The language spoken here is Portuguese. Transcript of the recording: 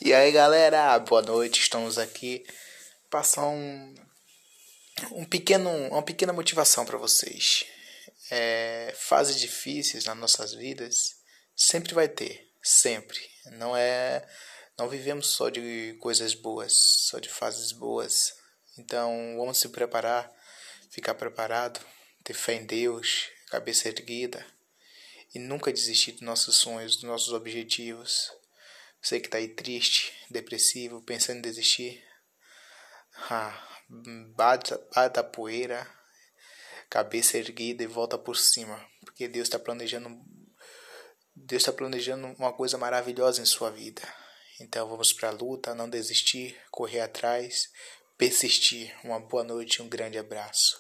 E aí galera, boa noite, estamos aqui passar uma pequena motivação para vocês. Fases difíceis nas nossas vidas sempre vai ter, sempre. Não vivemos só de coisas boas, só de fases boas. Então vamos se preparar, ficar preparado, ter fé em Deus, cabeça erguida e nunca desistir dos nossos sonhos, dos nossos objetivos. Você que tá aí triste, depressivo, pensando em desistir, bata a poeira, cabeça erguida e volta por cima, porque Deus está planejando uma coisa maravilhosa em sua vida. Então vamos para a luta, não desistir, correr atrás, persistir. Uma boa noite e um grande abraço.